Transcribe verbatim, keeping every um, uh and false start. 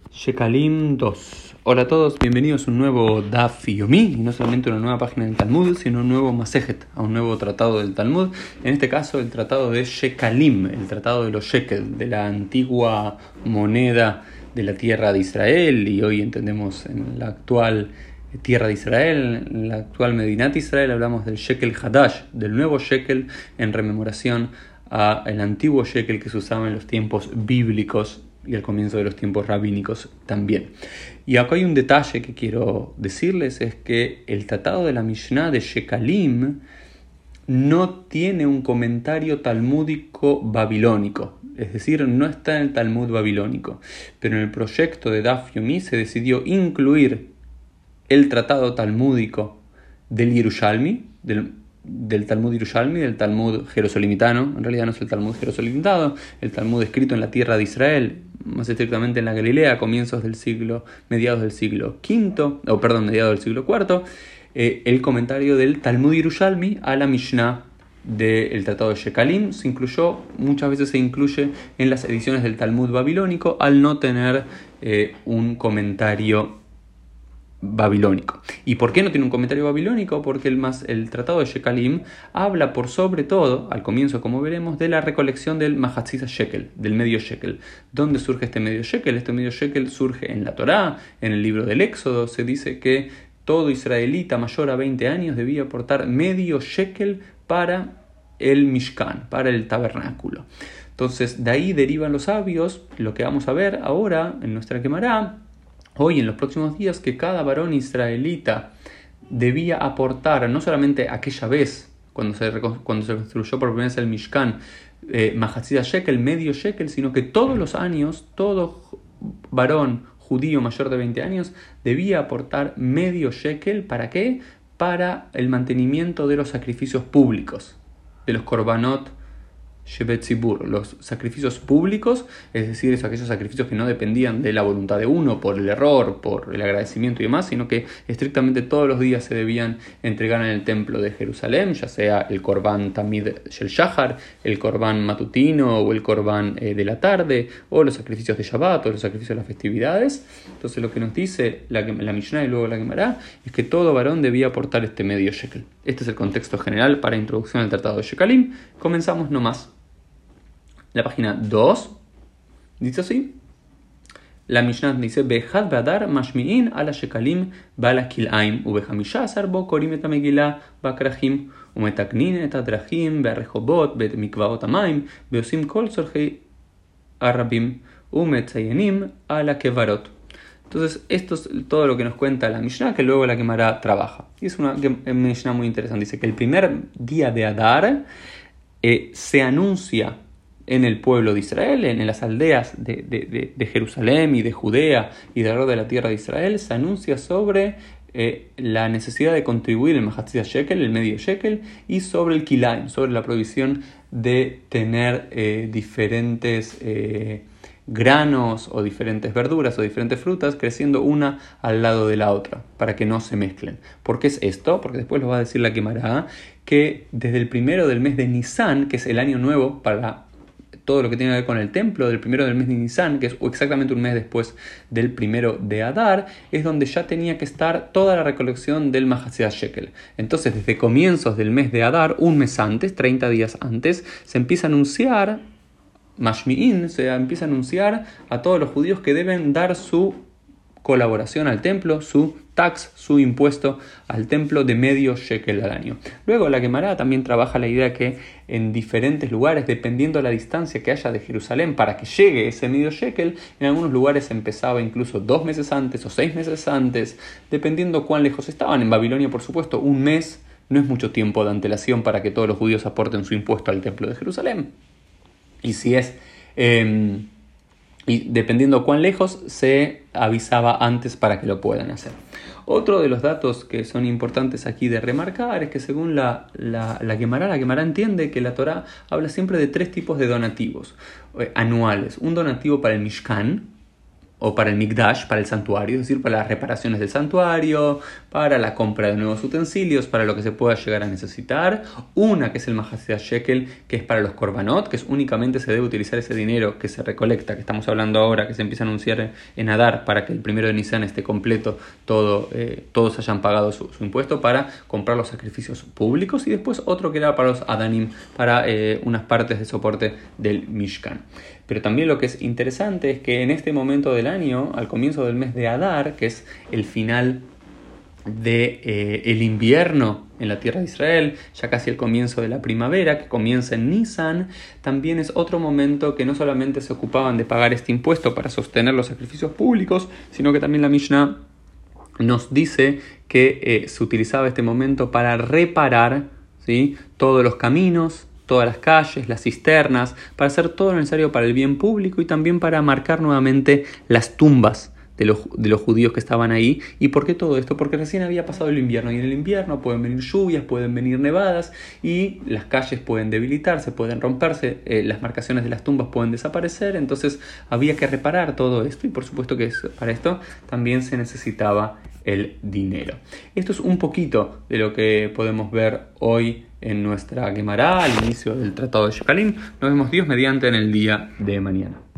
Shekalim dos. Hola a todos, bienvenidos a un nuevo Daf Yomi, y no solamente una nueva página del Talmud, sino un nuevo Masejet, a un nuevo tratado del Talmud, en este caso el tratado de Shekalim, el tratado de los shekel, de la antigua moneda de la tierra de Israel, y hoy entendemos en la actual tierra de Israel, en la actual Medinat Israel, hablamos del shekel Hadash, del nuevo shekel, en rememoración al antiguo shekel que se usaba en los tiempos bíblicos y al comienzo de los tiempos rabínicos también. Y acá hay un detalle que quiero decirles, es que el tratado de la Mishnah de Shekalim no tiene un comentario talmúdico babilónico, es decir, no está en el Talmud babilónico, pero en el proyecto de Daf Yomi se decidió incluir el tratado talmúdico del Yerushalmi, del del Talmud Yerushalmi, del Talmud jerosolimitano. En realidad no es el Talmud jerosolimitano, el Talmud escrito en la tierra de Israel, más estrictamente en la Galilea, a comienzos del siglo, mediados del siglo quinto, o perdón, mediados del siglo cuarto, eh, el comentario del Talmud Yerushalmi a la Mishnah del Tratado de Shekalim se incluyó, muchas veces se incluye en las ediciones del Talmud babilónico, al no tener eh, un comentario babilónico. ¿Y por qué no tiene un comentario babilónico? Porque el, más, el tratado de Shekalim habla por sobre todo, al comienzo como veremos, de la recolección del Mahatzis Shekel, del medio shekel. ¿Dónde surge este medio shekel? Este medio shekel surge en la Torá, en el libro del Éxodo. Se dice que todo israelita mayor a veinte años debía aportar medio shekel para el Mishkan, para el tabernáculo. Entonces de ahí derivan los sabios, lo que vamos a ver ahora en nuestra Gemara, hoy en los próximos días, que cada varón israelita debía aportar, no solamente aquella vez, cuando se, cuando se construyó por primera vez el Mishkan, eh, Mahatzis Shekel, medio shekel, sino que todos los años, todo varón judío mayor de veinte años debía aportar medio shekel. ¿Para qué? Para el mantenimiento de los sacrificios públicos, de los korbanot Shevet Tzibur, los sacrificios públicos, es decir, esos, aquellos sacrificios que no dependían de la voluntad de uno, por el error, por el agradecimiento y demás, sino que estrictamente todos los días se debían entregar en el templo de Jerusalén, ya sea el Korban Tamid Shel Shahar, el Korban matutino o el Korban eh, de la tarde, o los sacrificios de Shabbat o los sacrificios de las festividades. Entonces lo que nos dice la, la Mishnah y luego la Gemara es que todo varón debía aportar este medio shekel. Este es el contexto general para introducción al tratado de Shekalim. Comenzamos nomás. La página dos dice así: la Mishnah dice Behad Badar Mashmi'in ala Shekalim Bala Kilaim Ubehamisha Sarbo Korim et Megillah Bakrahim Umetaknin et Adrachim Berrehobot Bet Mikvaot Amaim Beosim Kol Sorgei Arabim Umetzayenim ala Kevarot. Entonces, esto es todo lo que nos cuenta la Mishnah, que luego la Gemara trabaja. Y es una Mishnah muy interesante. Dice que el primer día de Adar eh, se anuncia en el pueblo de Israel, en las aldeas de, de, de, de Jerusalén y de Judea y de alrededor de la tierra de Israel, se anuncia sobre eh, la necesidad de contribuir el Mahatzis Shekel, el medio shekel, y sobre el Kilaim, sobre la prohibición de tener eh, diferentes eh, granos o diferentes verduras o diferentes frutas creciendo una al lado de la otra, para que no se mezclen. ¿Por qué es esto? Porque después lo va a decir la Gemara, que desde el primero del mes de Nisan, que es el año nuevo para todo lo que tiene que ver con el templo, del primero del mes de Nisan, que es exactamente un mes después del primero de Adar, es donde ya tenía que estar toda la recolección del Mahatzis Shekel. Entonces, desde comienzos del mes de Adar, un mes antes, treinta días antes, se empieza a anunciar, Mashmi'in, se empieza a anunciar a todos los judíos que deben dar su colaboración al templo, su tax, su impuesto al templo de medio shekel al año. Luego la Gemara también trabaja la idea que en diferentes lugares, dependiendo de la distancia que haya de Jerusalén para que llegue ese medio shekel, en algunos lugares empezaba incluso dos meses antes o seis meses antes, dependiendo cuán lejos estaban. En Babilonia, por supuesto, un mes no es mucho tiempo de antelación para que todos los judíos aporten su impuesto al templo de Jerusalén. Y si es... Eh, Y dependiendo cuán lejos, se avisaba antes para que lo puedan hacer. Otro de los datos que son importantes aquí de remarcar es que según la, la, la Gemara, la Gemara entiende que la Torá habla siempre de tres tipos de donativos eh, anuales. Un donativo para el Mishkan, o para el Mikdash, para el santuario, es decir, para las reparaciones del santuario, para la compra de nuevos utensilios, para lo que se pueda llegar a necesitar. Una que es el Mahasea Shekel, que es para los korbanot, que es únicamente se debe utilizar ese dinero que se recolecta, que estamos hablando ahora, que se empieza a anunciar en Adar, para que el primero de Nisan esté completo, todo, eh, todos hayan pagado su, su impuesto, para comprar los sacrificios públicos. Y después otro que era para los Adanim, para eh, unas partes de soporte del Mishkan. Pero también lo que es interesante es que en este momento del año, al comienzo del mes de Adar, que es el final de, eh, el invierno en la tierra de Israel, ya casi el comienzo de la primavera, que comienza en Nisan, también es otro momento que no solamente se ocupaban de pagar este impuesto para sostener los sacrificios públicos, sino que también la Mishnah nos dice que eh, se utilizaba este momento para reparar, ¿sí?, todos los caminos, todas las calles, las cisternas, para hacer todo lo necesario para el bien público y también para marcar nuevamente las tumbas de los, de los judíos que estaban ahí. ¿Y por qué todo esto? Porque recién había pasado el invierno y en el invierno pueden venir lluvias, pueden venir nevadas y las calles pueden debilitarse, pueden romperse, eh, las marcaciones de las tumbas pueden desaparecer, entonces había que reparar todo esto y por supuesto que para esto también se necesitaba el dinero. Esto es un poquito de lo que podemos ver hoy en nuestra Gemara al inicio del Tratado de Shekalim. Nos vemos Dios mediante en el día de mañana.